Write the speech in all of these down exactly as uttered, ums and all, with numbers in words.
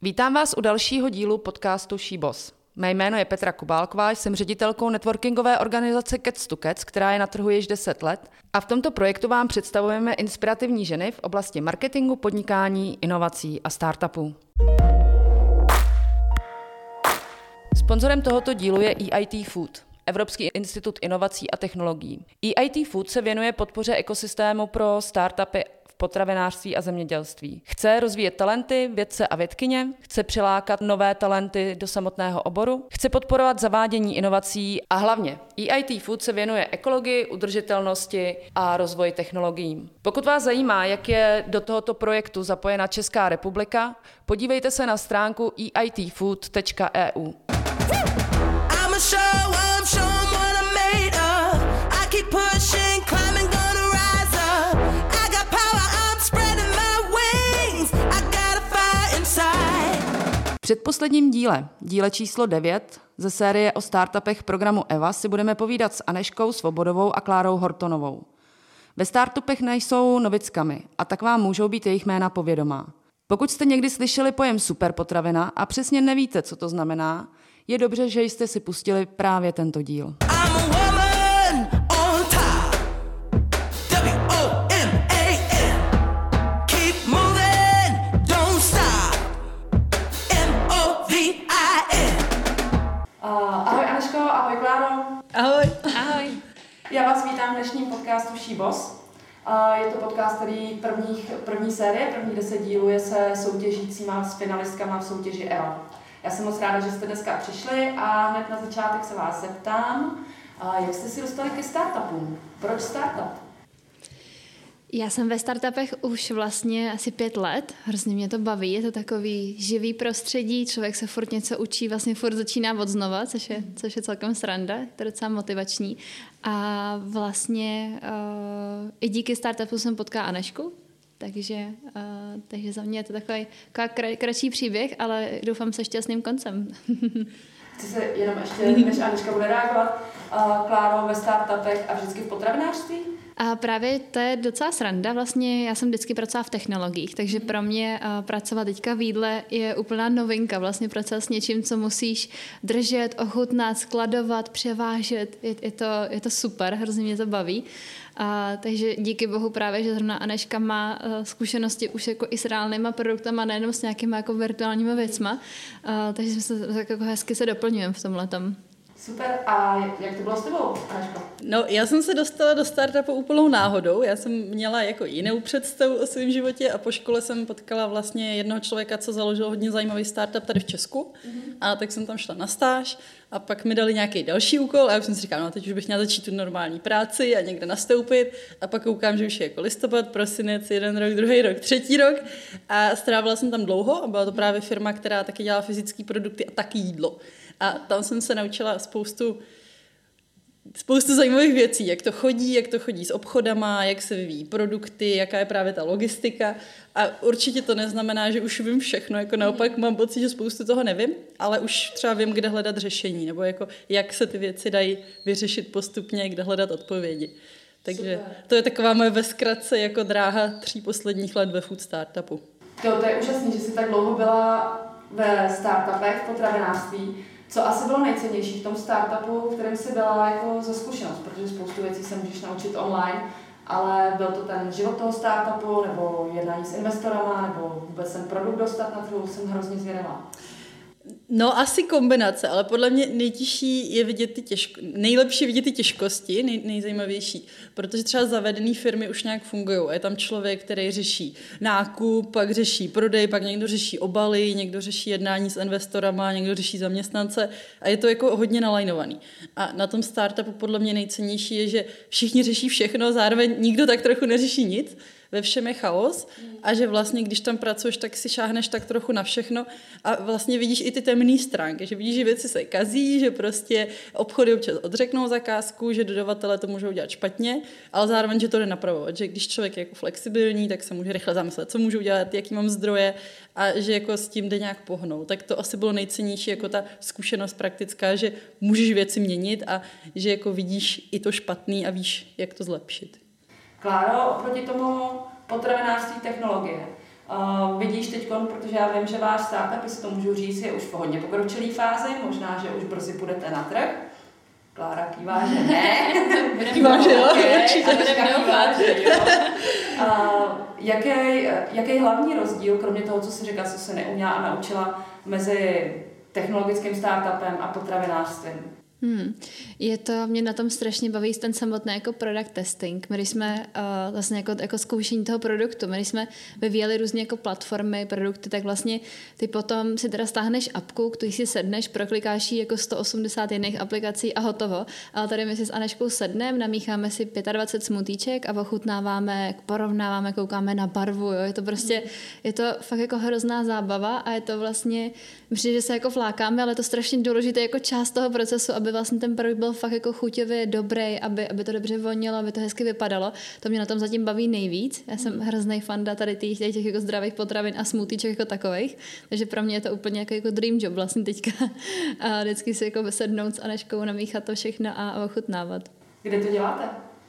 Vítám vás u dalšího dílu podcastu SheBoss. Mé jméno je Petra Kubálková, jsem ředitelkou networkingové organizace Cats to Cats, která je na trhu již deset let a v tomto projektu vám představujeme inspirativní ženy v oblasti marketingu, podnikání, inovací a startupů. Sponzorem tohoto dílu je E I T Food, Evropský institut inovací a technologií. E I T Food se věnuje podpoře ekosystému pro startupy v potravinářství a zemědělství. Chce rozvíjet talenty, vědce a vědkyně, chce přilákat nové talenty do samotného oboru, chce podporovat zavádění inovací a hlavně E I T Food se věnuje ekologii, udržitelnosti a rozvoji technologií. Pokud vás zajímá, jak je do tohoto projektu zapojena Česká republika, podívejte se na stránku e i t food tečka e u. V předposledním díle, díle číslo devět ze série o startupech programu E V A si budeme povídat s Anežkou Svobodovou a Klárou Hortonovou. Ve startupech nejsou novickami a tak vám můžou být jejich jména povědomá. Pokud jste někdy slyšeli pojem superpotravina a přesně nevíte, co to znamená, je dobře, že jste si pustili právě tento díl. Ahoj Anežko, ahoj Kláro. Ahoj. Ahoj. Já vás vítám v dnešním podcastu SheBoss. Je to podcast, který prvních, první série, první deset dílů je se soutěžícíma s finalistkama v soutěži E V A. Já jsem moc ráda, že jste dneska přišli a hned na začátek se vás zeptám, jak jste si dostali ke startupům? Proč startup? Já jsem ve startupech už vlastně asi pět let, hrozně mě to baví, je to takový živý prostředí, člověk se furt něco učí, vlastně furt začíná od znova, což je, což je celkem sranda, to je docela motivační. A vlastně uh, i díky startupu jsem potkala Anežku, takže, uh, takže za mě je to takový, takový kratší příběh, ale doufám se šťastným koncem. Chci se jenom ještě, než Anežka bude reagovat, uh, Kláro, ve startupech a vždycky v potravinářství? A právě to je docela sranda. Vlastně já jsem vždycky pracovala v technologiích, takže pro mě uh, pracovat teďka v jídle je úplná novinka. Vlastně pracovat s něčím, co musíš držet, ochutnat, skladovat, převážet. Je, je, to, je to super, hrozně mě to baví. A, takže díky bohu právě, že zrovna Anežka má uh, zkušenosti už jako i s reálnýma produktama, nejenom s nějakýma jako virtuálníma věcma. Uh, takže jsme se tak jako hezky se doplňujeme v tomhletom. Super. A jak to bylo s tebou, Anežko? No, já jsem se dostala do startupu úplnou náhodou. Já jsem měla jako jinou představu o svém životě a po škole jsem potkala vlastně jednoho člověka, co založil hodně zajímavý startup tady v Česku. Mm-hmm. A tak jsem tam šla na stáž a pak mi dali nějaký další úkol a já jsem si říkala, no teď už bych měla začít tu normální práci a někde nastoupit a pak koukám, že už je jako listopad, prosinec, jeden rok, druhý rok, třetí rok a strávila jsem tam dlouho a byla to právě firma, která taky dělala fyzické produkty a taky jídlo. A tam jsem se naučila spoustu, spoustu zajímavých věcí, jak to chodí, jak to chodí s obchodama, jak se vyvíjí produkty, jaká je právě ta logistika. A určitě to neznamená, že už vím všechno, jako naopak mám pocit, že spoustu toho nevím, ale už třeba vím, kde hledat řešení, nebo jako jak se ty věci dají vyřešit postupně, kde hledat odpovědi. Takže super. To je taková moje ve zkratce jako dráha tří posledních let ve food startupu. To, to je úžasný, že jsi tak dlouho byla ve startupech v potravinářství. Co asi bylo nejcennější v tom startupu, v kterém jsi byla jako za zkušenost, protože spoustu věcí se můžeš naučit online, ale byl to ten život toho startupu, nebo jednání s investorama, nebo vůbec ten produkt dostat na trhu, jsem hrozně zvědavá. No asi kombinace, ale podle mě nejtěžší je vidět ty těžko, nejlepší vidět ty těžkosti, nej, nejzajímavější, protože třeba zavedené firmy už nějak fungují a je tam člověk, který řeší nákup, pak řeší prodej, pak někdo řeší obaly, někdo řeší jednání s investorama, někdo řeší zaměstnance a je to jako hodně nalajnovaný. A na tom startupu podle mě nejcennější je, že všichni řeší všechno, zároveň nikdo tak trochu neřeší nic, ve všem je chaos a že vlastně, když tam pracuješ, tak si šáhneš tak trochu na všechno a vlastně vidíš i ty temné stránky, že vidíš, že věci se kazí, že prostě obchody občas odřeknou zakázku, že dodavatelé to můžou dělat špatně, ale zároveň, že to jde napravovat, že když člověk je jako flexibilní, tak se může rychle zamyslet, co můžu dělat, jaký mám zdroje a že jako s tím jde nějak pohnout. Tak to asi bylo nejcennější, jako ta zkušenost praktická, že můžeš věci měnit a že jako vidíš i to špatný a víš, jak to zlepšit. Kláro, oproti tomu potravinářství technologie. Uh, vidíš teď, protože já vím, že váš startup, jestli to můžu říct, je už v hodně pokročilý fázi, možná, že už brzy půjdete na trh. Klára kývá, že ne. Kývá, že jo. Jaký hlavní rozdíl, kromě toho, co jsi řekla, co se neuměla a naučila, mezi technologickým startupem a potravinářstvím? Hmm. Je to, mě na tom strašně baví ten samotný jako product testing. My když jsme uh, vlastně jako, jako zkoušení toho produktu, my když jsme vyvíjeli různě jako platformy, produkty, tak vlastně ty potom si teda stáhneš apku, který si sedneš, proklikáš jí jako sto osmdesát jiných aplikací a hotovo. Ale tady my si s Aneškou sedneme, namícháme si dvacet pět smutíček a ochutnáváme, porovnáváme, koukáme na barvu. Jo. Je to prostě, je to fakt jako hrozná zábava a je to vlastně, myslím, že se jako flákáme, ale je to strašně důležité jako část toho procesu, aby vlastně ten produkt byl fakt jako chuťově dobrý, aby, aby to dobře vonilo, aby to hezky vypadalo. To mě na tom zatím baví nejvíc. Já jsem hrozný fanda tady těch, těch jako zdravých potravin a smoothieček jako takových. Takže pro mě je to úplně jako, jako dream job vlastně teďka. A vždycky si jako sednout s Aneškou, namíchat to všechno a ochutnávat. Kde to děláte?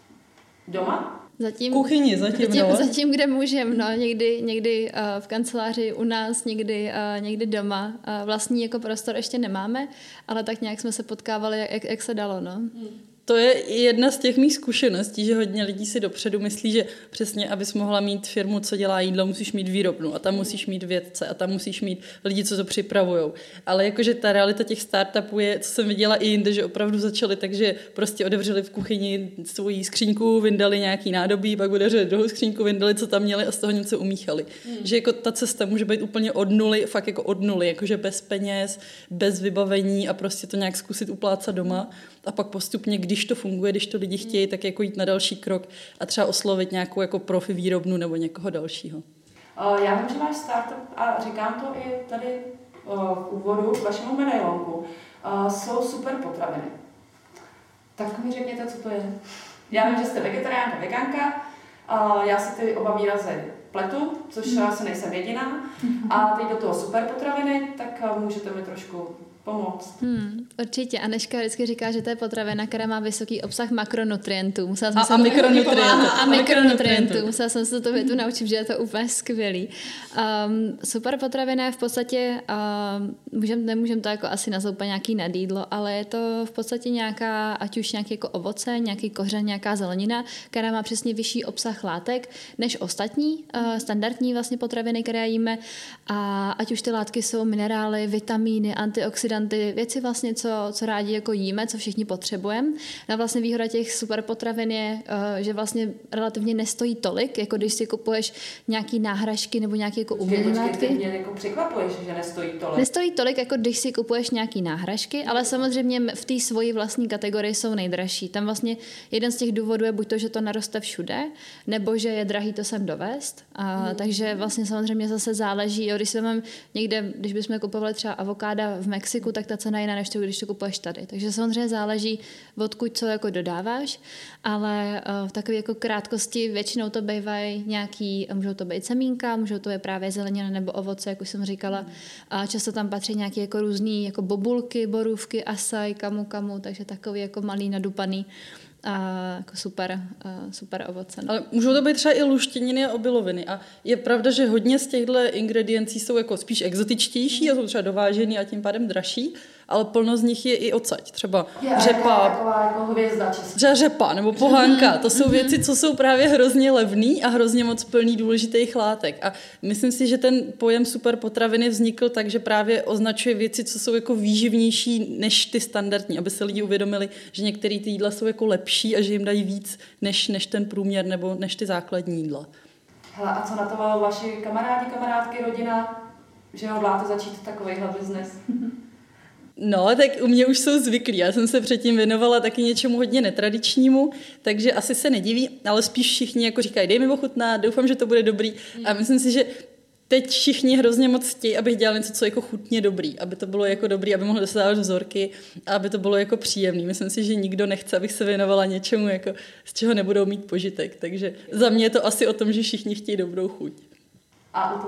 Doma? Zatím, kuchyni zatím, zatím, no. zatím kde můžem, no, někdy, někdy uh, v kanceláři u nás, někdy, uh, někdy doma. Uh, vlastní jako prostor ještě nemáme, ale tak nějak jsme se potkávali, jak, jak se dalo, no. Hmm. To je jedna z těch mých zkušeností, že hodně lidí si dopředu myslí, že přesně, abys mohla mít firmu, co dělá jídlo, musíš mít výrobnu a tam musíš mít vědce a tam musíš mít lidi, co to připravujou. Ale jakože ta realita těch startupů je, co jsem viděla i jinde, že opravdu začali tak, že prostě otevřeli v kuchyni svoji skříňku, vyndali nějaký nádobí, pak otevřeli druhou skříňku, vyndali, co tam měli a z toho něco umíchali. Hmm. Že jako ta cesta může být úplně od nuly, fakt jako od nuly, jakože bez peněz, bez vybavení a prostě to nějak zkusit uplácat doma. A pak postupně, když to funguje, když to lidi chtějí, tak jako jít na další krok a třeba oslovit nějakou jako profi výrobnu nebo někoho dalšího. Já vím, že máš startup a říkám to i tady v úvodu k vašemu medailonku. Jsou super potraviny. Tak mi řekněte, co to je. Já vím, že jste vegetariánka, veganka. Já si ty oba výrazy pletu, což mm. asi nejsem jediná. A teď do toho super potraviny, tak můžete mi trošku pomoct. Hmm, určitě. Aneška vždycky říká, že to je potravina, která má vysoký obsah makronutrientů. Musela jsem a, se a to mikronutrientů. A, a mikronutrientů. Musela jsem se to větu naučit, že je to úplně skvělý. Um, super potravina je v podstatě, um, můžem, nemůžem to jako asi nazvat úplně nějaký nadjídlo, ale je to v podstatě nějaká, ať už nějaký jako ovoce, nějaký kořen, nějaká zelenina, která má přesně vyšší obsah látek než ostatní uh, standardní vlastně potraviny, které jíme. A ať už ty látky jsou minerály, vitamíny, antioxidanty, ty věci vlastně, co, co rádi jako jíme, co všichni potřebujeme. A vlastně výhoda těch super potravin je, že vlastně relativně nestojí tolik, jako když si kupuješ nějaký náhražky nebo nějaké jako umělé látky. Ty mě jako překvapuješ, že nestojí tolik. Nestojí tolik, jako když si kupuješ nějaký náhražky, ale samozřejmě v té svojí vlastní kategorii jsou nejdražší. Tam vlastně jeden z těch důvodů je buď to, že to naroste všude, nebo že je drahý to sem dovést. A, mm. Takže vlastně samozřejmě zase záleží, jo, když se mám někde, když bychom kupovali třeba avokáda v Mexiku, tak ta cena je jiná, než to, když to kupuješ tady. Takže samozřejmě záleží, odkud co jako dodáváš, ale v takové jako krátkosti většinou to bývají nějaký, můžou to být semínka, můžou to být právě zelenina nebo ovoce, jak už jsem říkala. A často tam patří nějaké jako různý jako bobulky, borůvky, asaj, kamu kamu, takže takový jako malý nadupaný. A jako super, super ovoce. Ale můžou to být třeba i luštěniny a obiloviny. A je pravda, že hodně z těchto ingrediencí jsou jako spíš exotičtější a jsou třeba dovážený a tím pádem dražší, ale plno z nich je i odsaď. Třeba je, řepa, taková jako hvězda třeba řepa nebo pohánka. To jsou věci, co jsou právě hrozně levný a hrozně moc plný důležitých látek. A myslím si, že ten pojem super potraviny vznikl tak, že právě označuje věci, co jsou jako výživnější než ty standardní, aby se lidi uvědomili, že některé ty jídla jsou jako lepší a že jim dají víc než, než ten průměr nebo než ty základní jídla. Hele, a co na to vaši kamarádi, kamarádky, rodina, že hodláte začít takovejhle biznes? No, tak u mě už jsou zvyklí. Já jsem se předtím věnovala taky něčemu hodně netradičnímu, takže asi se nediví, ale spíš všichni jako říkají, dej mi ochutnat, doufám, že to bude dobrý. A myslím si, že teď všichni hrozně moc chtějí, abych dělala něco, co je jako chutně dobrý, aby to bylo jako dobrý, aby mohli dostávat vzorky a aby to bylo jako příjemný. Myslím si, že nikdo nechce, abych se věnovala něčemu, jako, z čeho nebudou mít požitek. Takže za mě je to asi o tom, že všichni chtějí dobrou chuť. A u tebe?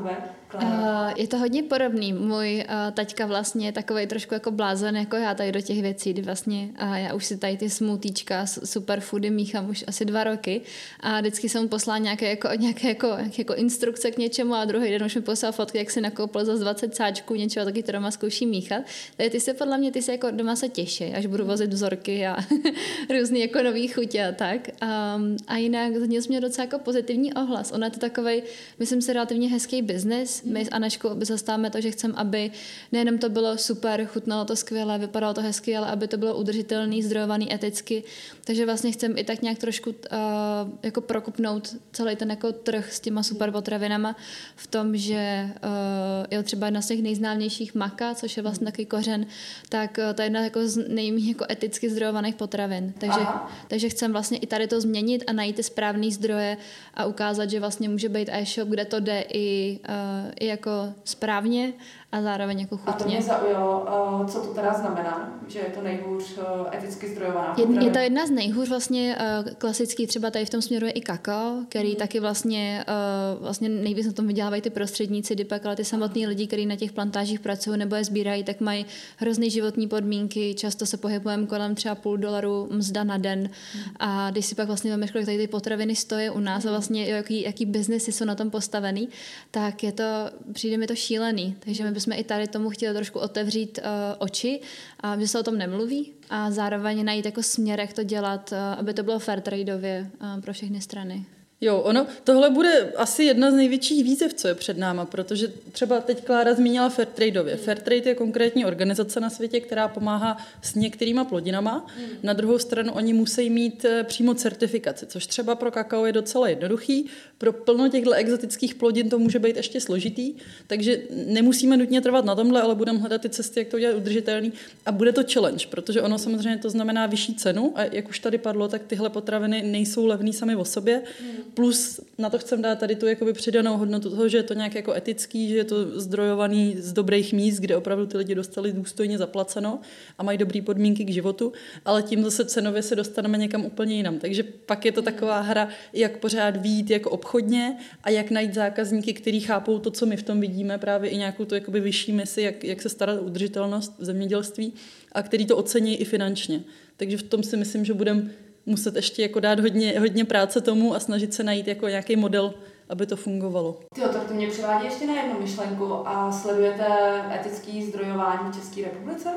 Uh, je to hodně podobný. Můj uh, taťka vlastně je takovej trošku jako blázen jako já tady do těch věcí, kdy vlastně uh, já už si tady ty smoothiečka, superfoody míchám už asi dva roky a vždycky jsem mu poslala nějaké, jako, nějaké jako, jako instrukce k něčemu a druhý den už mi poslal fotky, jak si nakoupil za dvacet sáčků něčeho, taky to doma zkouší míchat. Takže ty se podle mě, ty se jako doma se těší, až budu vozit vzorky a různý jako nový chutě a tak. Um, a jinak za něj jsme docela jako pozitivní ohlas. Ona je to takovej, myslím si, relativně hezký biznis. My s Aneškou zastáváme to, že chceme, aby nejenom to bylo super, chutnalo to skvěle, vypadalo to hezky, ale aby to bylo udržitelný, zdrojovaný, eticky. Takže vlastně chceme i tak nějak trošku uh, jako prokopnout celý ten jako trh s těma super potravinama v tom, že uh, je třeba jedna z těch nejznámějších maka, což je vlastně takový kořen, tak uh, to je jedna jako z nejméně jako eticky zdrojovaných potravin. Takže, takže chceme vlastně i tady to změnit a najít ty správné zdroje a ukázat, že vlastně může být e-shop, kde to jde i uh, i jako správně a zároveň jako chutně. A to mě zaujalo, co to teda znamená, že je to nejhůř eticky zdrojovaná potravina. Je to jedna z nejhůř vlastně klasický, třeba tady v tom směru je i kakao, který mm. taky vlastně, vlastně nejvíc na tom vydělávají ty prostředníci, dypak, ale ty samotní lidi, kteří na těch plantážích pracují nebo je sbírají, tak mají hrozný životní podmínky, často se pohybujeme kolem třeba půl dolaru mzda na den mm. a když si pak vlastně vemeš, kolik tady ty potraviny stojí u nás mm. a vlastně jaký, jaký biznesy jsou na tom postavený, tak je to, přijde mi to šílený, takže my bychom i tady tomu chtěli trošku otevřít uh, oči, a že se o tom nemluví a zároveň najít jako směr, jak to dělat, uh, aby to bylo fair tradeově uh, pro všechny strany. Jo, ono, tohle bude asi jedna z největších výzev, co je před náma, protože třeba teď Klára zmínila Fairtradeově. Mm. Fairtrade je konkrétní organizace na světě, která pomáhá s některýma plodinama. Mm. Na druhou stranu oni musí mít přímo certifikaci, což třeba pro kakao je docela jednoduchý. Pro plno těchto exotických plodin to může být ještě složitý, takže nemusíme nutně trvat na tomhle, ale budeme hledat ty cesty, jak to udělat udržitelný. A bude to challenge, protože ono samozřejmě to znamená vyšší cenu a jak už tady padlo, tak tyhle potraviny nejsou levný sami o sobě. Mm. Plus na to chcem dát tady tu jakoby přidanou hodnotu toho, že je to nějak jako etický, že je to zdrojovaný z dobrých míst, kde opravdu ty lidi dostali důstojně zaplaceno a mají dobré podmínky k životu, ale tím zase cenově se dostaneme někam úplně jinam. Takže pak je to taková hra, jak pořád vyjít jako obchodně a jak najít zákazníky, kteří chápou to, co my v tom vidíme, právě i nějakou tu jakoby vyšší misi, jak, jak se starat o udržitelnost v zemědělství a který to ocení i finančně. Takže v tom si myslím, že budeme muset ještě jako dát hodně, hodně práce tomu a snažit se najít jako nějaký model, aby to fungovalo. Tyjo, tak to mě přivádí ještě na jednu myšlenku. A sledujete etické zdrojování v České republice?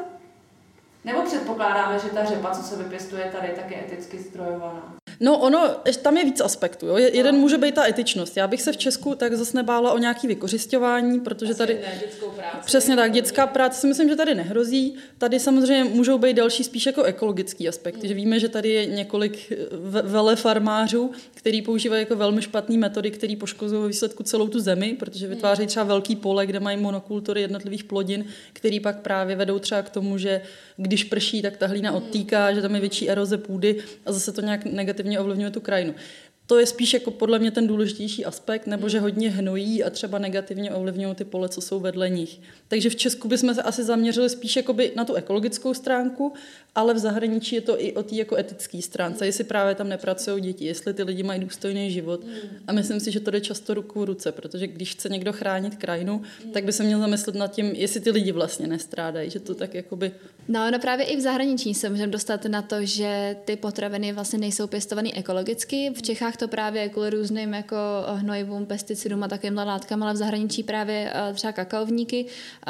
Nebo předpokládáme, že ta řepa, co se vypěstuje tady, tak je eticky zdrojovaná? No ono, tam je víc aspektů. Jo. Jeden může být ta etičnost. Já bych se v Česku tak zase nebála o nějaké vykořisťování, protože tady... Ne, dětskou práci. Přesně tak, dětská práce si myslím, že tady nehrozí. Tady samozřejmě můžou být další spíš jako ekologický aspekty, mm. že víme, že tady je několik vele farmářů, který používají jako velmi špatné metody, které poškozují výsledku celou tu zemi, protože vytvářejí třeba velký pole, kde mají monokultury jednotlivých plodin, které pak právě vedou třeba k tomu, že když prší, tak ta hlína odtýká, že tam je větší eroze půdy a zase to nějak negativně ovlivňuje tu krajinu. To je spíš jako podle mě ten důležitější aspekt, nebo že hodně hnojí a třeba negativně ovlivňují ty pole, co jsou vedle nich. Takže v Česku bychom se asi zaměřili spíš jakoby na tu ekologickou stránku, ale v zahraničí je to i o té jako etické stránce, jestli právě tam nepracují děti, jestli ty lidi mají důstojný život. A myslím si, že to jde často ruku v ruce, protože když chce někdo chránit krajinu, tak by se měl zamyslet nad tím, jestli ty lidi vlastně nestrádají, že to tak jakoby... No, no právě i v zahraničí se můžeme dostat na to, že ty potraviny vlastně nejsou pěstované ekologicky. V Čechách to právě kvůli různým jako hnojivům, pesticidům a takovýmhle látkám, ale v zahraničí právě třeba kakaovníky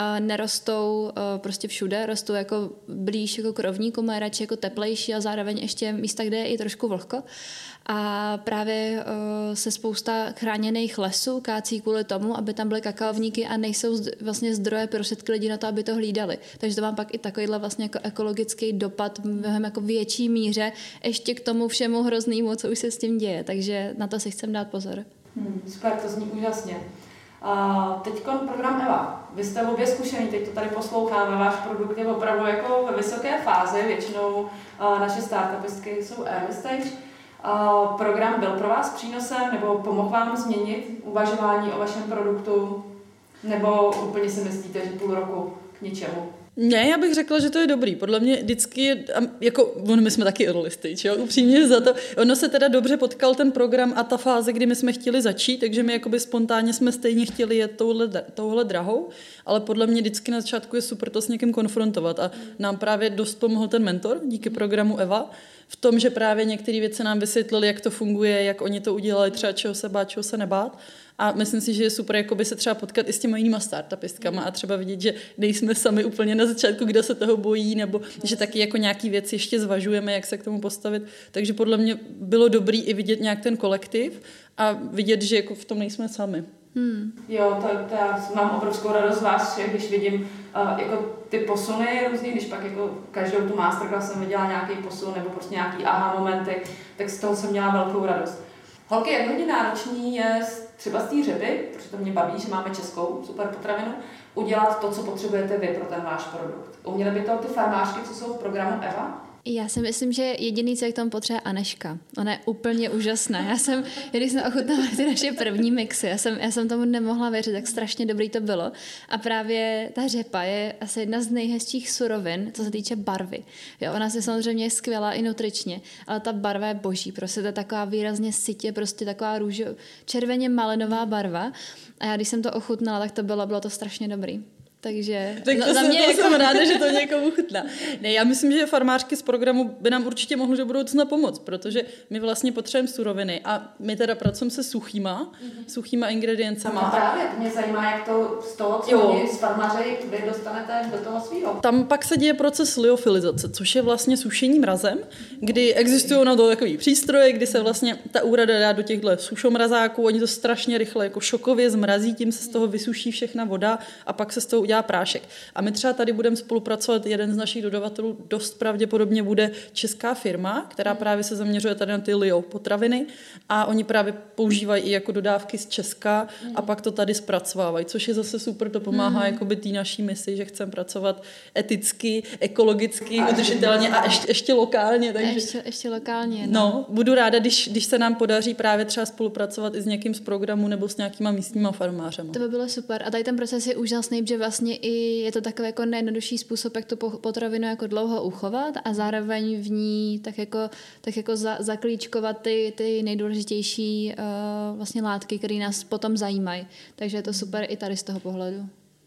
nerostou prostě všude, rostou jako blíž jako k rovníkům, radši jako teplejší a zároveň ještě místa, kde je i trošku vlhko. A právě uh, se spousta chráněných lesů kácí kvůli tomu, aby tam byly kakaovníky a nejsou z, vlastně zdroje prostředky lidí na to, aby to hlídali. Takže to mám pak i takovýhle vlastně jako ekologický dopad v mnohem jako větší míře ještě k tomu všemu hroznému, co už se s tím děje. Takže na to si chcem dát pozor. Hmm, super, to zní úžasně. Uh, teďkon program Eva. Vy jste obě zkušený, teď to tady posloucháme, váš produkt je opravdu jako ve vysoké fázi, většinou uh, naše startupistky jsou early stage. Uh, program byl pro vás přínosem nebo pomohl vám změnit uvažování o vašem produktu? Nebo úplně si myslíte, že půl roku k ničemu? Ne, já bych řekla, že to je dobrý. Podle mě vždycky je, jako, on, my jsme taky early stage, jo, upřímně za to. Ono se teda dobře potkal ten program a ta fáze, kdy my jsme chtěli začít, takže my jakoby spontánně jsme stejně chtěli jet touhle, touhle drahou, ale podle mě vždycky na začátku je super to s někým konfrontovat a nám právě dost pomohl ten mentor díky programu Eva, v tom, že právě některé věci nám vysvětlili, jak to funguje, jak oni to udělali, třeba čeho se bát, čeho se nebát. A myslím si, že je super jakoby se třeba potkat i s těma jinýma startupistkama a třeba vidět, že nejsme sami úplně na začátku, kdo se toho bojí, nebo že taky jako nějaký věci ještě zvažujeme, jak se k tomu postavit. Takže podle mě bylo dobrý i vidět nějak ten kolektiv a vidět, že jako v tom nejsme sami. Hmm. Jo, to, to já mám obrovskou radost z vás, když vidím uh, jako ty posuny různý, když pak jako každou tu masterclass jsem viděla nějaký posun nebo prostě nějaký aha momenty, tak z toho jsem měla velkou radost. Holky, jak hodně náročný je třeba z té řepy, protože to mě baví, že máme českou super potravinu, udělat to, co potřebujete vy pro ten váš produkt. Uměly by to ty farmářky, co jsou v programu Eva? Já si myslím, že jediný, co je k tomu potřeba, Anežka. Ona je úplně úžasná. Já jsem, když jsem ochutnala ty naše první mixy, já jsem, já jsem tomu nemohla věřit, tak strašně dobrý to bylo. A právě ta řepa je asi jedna z nejhezčích surovin, co se týče barvy. Jo, ona si samozřejmě je skvělá i nutričně, ale ta barva je boží. Prostě to je taková výrazně sytě, prostě taková růžo, červeně malenová barva. A já, když jsem to ochutnala, tak to bylo, bylo to strašně dobrý. Takže tak to, za jsem, mě to jako... jsem ráda, že to někomu chutná. Ne, já myslím, že farmářky z programu by nám určitě mohly do budoucna pomoct, protože my vlastně potřebujeme suroviny a my teda pracujeme se suchýma, mm-hmm. suchýma ingrediencema. A právě mě zajímá, jak to z toho, co oni z farmáři vy dostanete do toho svýho. Tam pak se děje proces liofilizace, což je vlastně sušení mrazem, kdy existují na to takový přístroje, kdy se vlastně ta úrada dá do těchto sušomrazáků, oni to strašně rychle jako šokově zmrazí, tím se z toho vysuší všechna voda a pak se z toho udělá prášek. A my třeba tady budeme spolupracovat, jeden z našich dodavatelů dost pravděpodobně bude česká firma, která právě se zaměřuje tady na ty Lio potraviny a oni právě používají i jako dodávky z Česka a pak to tady zpracovávají, což je zase super, to pomáhá mm. jakoby té naší misi, že chceme pracovat eticky, ekologicky, a udržitelně a ještě, ještě lokálně. Takže, ještě, ještě lokálně. No. no, budu ráda, když, když se nám podaří právě třeba spolupracovat i s někým z programu nebo s nějakýma místníma farmářema. To by bylo super. A tady ten proces je úžasný, že vlastně i je to takový jako nejjednodušší způsob, jak tu potravinu jako dlouho uchovat a zároveň v ní tak jako, tak jako za, zaklíčkovat ty, ty nejdůležitější uh, vlastně látky, které nás potom zajímají. Takže je to super i tady z toho pohledu.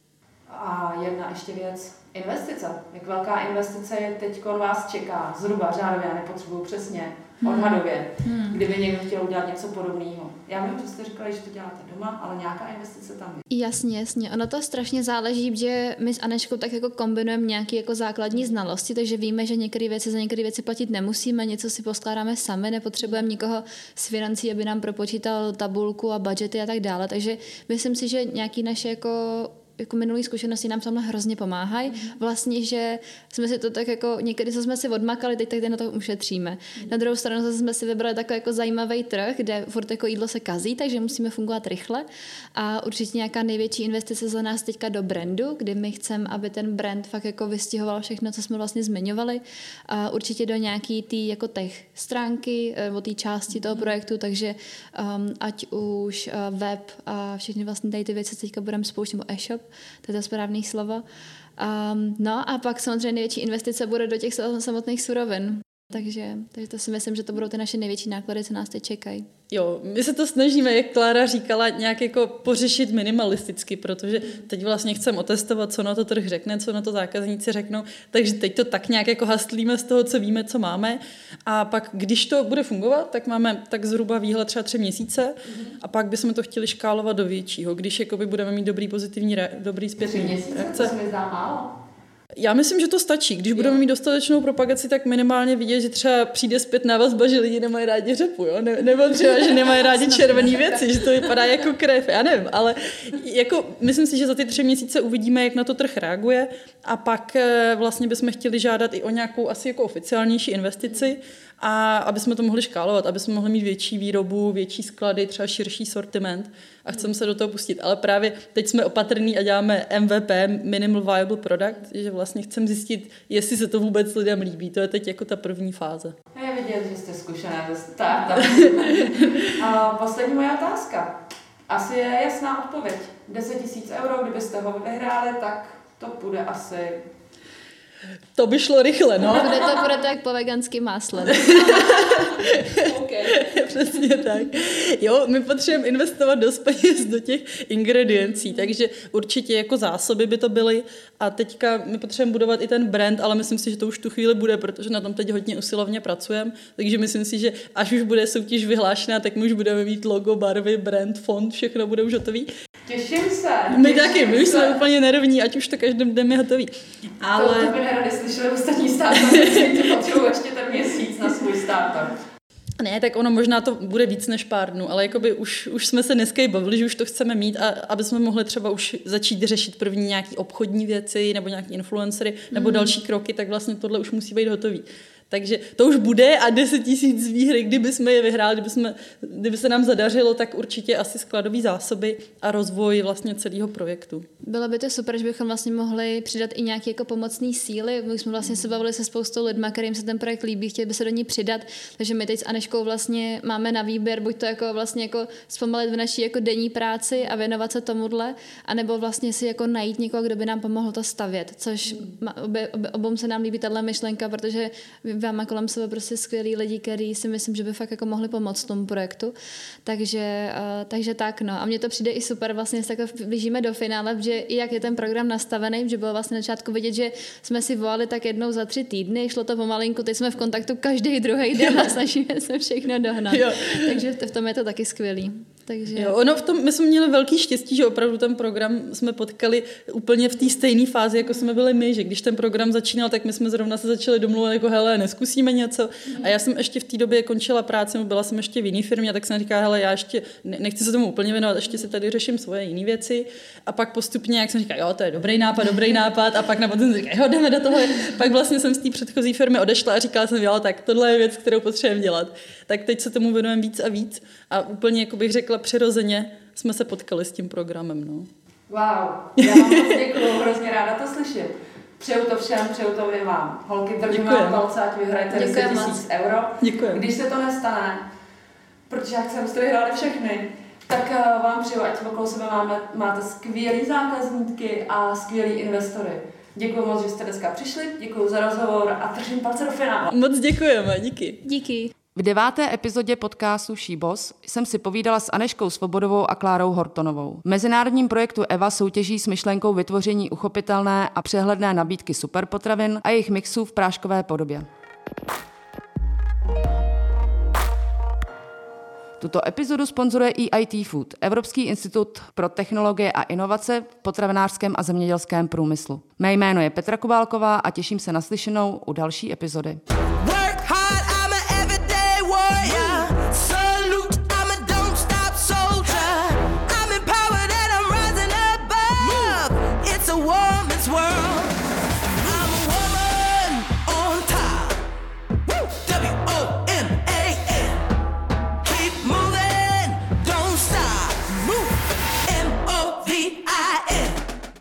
A jedna ještě věc. Investice. Jak velká investice je teď vás čeká? Zhruba řádově, já nepotřebuju přesně, odhadově, hmm. kdyby někdo chtěl udělat něco podobného. Já vím, že jste říkali, že to děláte doma, ale nějaká investice tam je. Jasně, jasně. Ono to strašně záleží, že my s Aneškou tak jako kombinujeme nějaké jako základní znalosti, takže víme, že některé věci za některé věci platit nemusíme, něco si poskládáme sami, nepotřebujeme nikoho z financí, aby nám propočítal tabulku a budžety a tak dále. Takže myslím si, že nějaký naše jako jako minulý zkušenosti nám tomhle hrozně pomáhají. Vlastně, že jsme si to tak jako, někdy jsme si odmakali, teď tak na to ušetříme. Na druhou stranu jsme si vybrali takový jako zajímavý trh, kde furt jako jídlo se kazí, takže musíme fungovat rychle. A určitě nějaká největší investice za nás teďka do brandu, kdy my chceme, aby ten brand fakt jako vystihoval všechno, co jsme vlastně zmiňovali. A určitě do nějaký tý jako tech stránky, nebo té části toho projektu, takže um, ať už uh, web a všechny vlastně tady ty věci teďka budeme spouštět, nebo e-shop, to je to správné slovo. Um, no a pak samozřejmě největší investice bude do těch samotných surovin. Takže, takže to si myslím, že to budou ty naše největší náklady, co nás teď čekají. Jo, my se to snažíme, jak Klára říkala, nějak jako pořešit minimalisticky, protože teď vlastně chceme otestovat, co na to trh řekne, co na to zákazníci řeknou, takže teď to tak nějak jako hastlíme z toho, co víme, co máme a pak, když to bude fungovat, tak máme tak zhruba výhled třeba tři měsíce a pak bychom to chtěli škálovat do většího, když jakoby budeme mít dobrý pozitivní, re- dobrý zpětný reakce. To se mi zdá málo. Já myslím, že to stačí. Když budeme mít dostatečnou propagaci, tak minimálně vidět, že třeba přijde zpětná vazba, že lidi nemají rádi řepu, jo? Ne, nebo třeba, že nemají rádi červené věci, že to vypadá jako krev, já nevím, ale jako, myslím si, že za ty tři měsíce uvidíme, jak na to trh reaguje a pak vlastně bychom chtěli žádat i o nějakou asi jako oficiálnější investici a aby jsme to mohli škálovat, aby jsme mohli mít větší výrobu, větší sklady, třeba širší sortiment a chceme se do toho pustit. Ale právě teď jsme opatrní a děláme M V P, Minimal Viable Product, že vlastně chceme zjistit, jestli se to vůbec lidem líbí. To je teď jako ta první fáze. Je vidět, že jste zkušená ze startup. A poslední moje otázka. Asi je jasná odpověď. deset tisíc euro, kdybyste ho vyhráli, tak to bude asi... To by šlo rychle, no. Bude to, bude to jak po veganským máslem. Okay. Přesně tak. Jo, my potřebujeme investovat dost peněz do těch ingrediencí, takže určitě jako zásoby by to byly a teďka my potřebujeme budovat i ten brand, ale myslím si, že to už tu chvíli bude, protože na tom teď hodně usilovně pracujeme, takže myslím si, že až už bude soutěž vyhlášená, tak my už budeme mít logo, barvy, brand, fond, všechno bude už hotový. Těším se. My těším taky, my už se. jsme úplně nervní, ať už to každým dnem je hotový. Ale... To, to by neradi slyšeli ostatní startup, ty potřebují ještě ten měsíc na svůj startup. Ne, tak ono možná to bude víc než pár dnů, ale jakoby už, už jsme se dneska i bavili, že už to chceme mít a aby jsme mohli třeba už začít řešit první nějaký obchodní věci nebo nějaký influencery nebo mm. další kroky, tak vlastně tohle už musí být hotový. Takže to už bude a deset tisíc výhry, kdyby jsme je vyhráli, kdyby, jsme, kdyby se nám zadařilo, tak určitě asi skladové zásoby a rozvoj vlastně celého projektu. Bylo by to super, že bychom vlastně mohli přidat i nějaké jako pomocné síly. My jsme vlastně se bavili se spoustou lidma, kterým se ten projekt líbí, chtěli by se do ní přidat, takže my teď s Aneškou vlastně máme na výběr, buď to jako vlastně jako zpomalit v naší jako denní práci a věnovat se tomuhle, anebo vlastně si jako najít někoho, kdo by nám pomohl to stavět, což obě, obě, obom se nám líbí tahle myšlenka, protože máme kolem sebe prostě skvělí lidi, který si myslím, že by fakt jako mohli pomoct tomu projektu. Takže, uh, takže tak, no. A mně to přijde i super, vlastně se tak blížíme do finále, že i jak je ten program nastavený, že bylo vlastně na začátku vidět, že jsme si volali tak jednou za tři týdny, šlo to pomalinku, teď jsme v kontaktu každý druhý den a snažíme se všechno dohnat. Jo. Takže v tom je to taky skvělý. Takže... Jo, ono v tom, my jsme měli velký štěstí, že opravdu ten program jsme potkali úplně v té stejné fázi, jako jsme byli my, že když ten program začínal, tak my jsme zrovna se začali domluvat jako hele, neskusíme něco. A já jsem ještě v té době končila práci, byla jsem ještě v jiné firmě, tak jsem říkala, hele, já ještě nechci se tomu úplně věnovat, ještě si tady řeším svoje jiné věci. A pak postupně, jak jsem říkala, jo, to je dobrý nápad, dobrý nápad, a pak na potom jsem říkala, jo, jdeme do toho. Pak vlastně jsem z té předchozí firmy odešla a říkala jsem, jo, tak tohle je věc, kterou potřebujeme dělat. Tak teď se tomu věnujeme víc a víc a úplně, jako bych řekla, přirozeně jsme se potkali s tím programem. No. Wow, já vám moc děkuju, hrozně ráda to slyším. Přeju to všem, přeju to i vám. Holky, držím vám palce, ať vyhrajete deset tisíc euro. Děkujem. Když se to nestane, protože já chci, abyste vyhráli všechny, tak vám přeju, ať okolo sebe máme, máte skvělý zákazníky a skvělý investory. Děkuji moc, že jste dneska přišli, děkuji za rozhovor a držím palce do finále. Moc děkujeme, díky. Díky. V deváté epizodě podcastu SheBoss jsem si povídala s Aneškou Svobodovou a Klárou Hortonovou. V mezinárodním projektu Eva soutěží s myšlenkou vytvoření uchopitelné a přehledné nabídky superpotravin a jejich mixů v práškové podobě. Tuto epizodu sponzoruje E I T Food, Evropský institut pro technologie a inovace v potravinářském a zemědělském průmyslu. Mé jméno je Petra Kubálková a těším se na slyšenou u další epizody.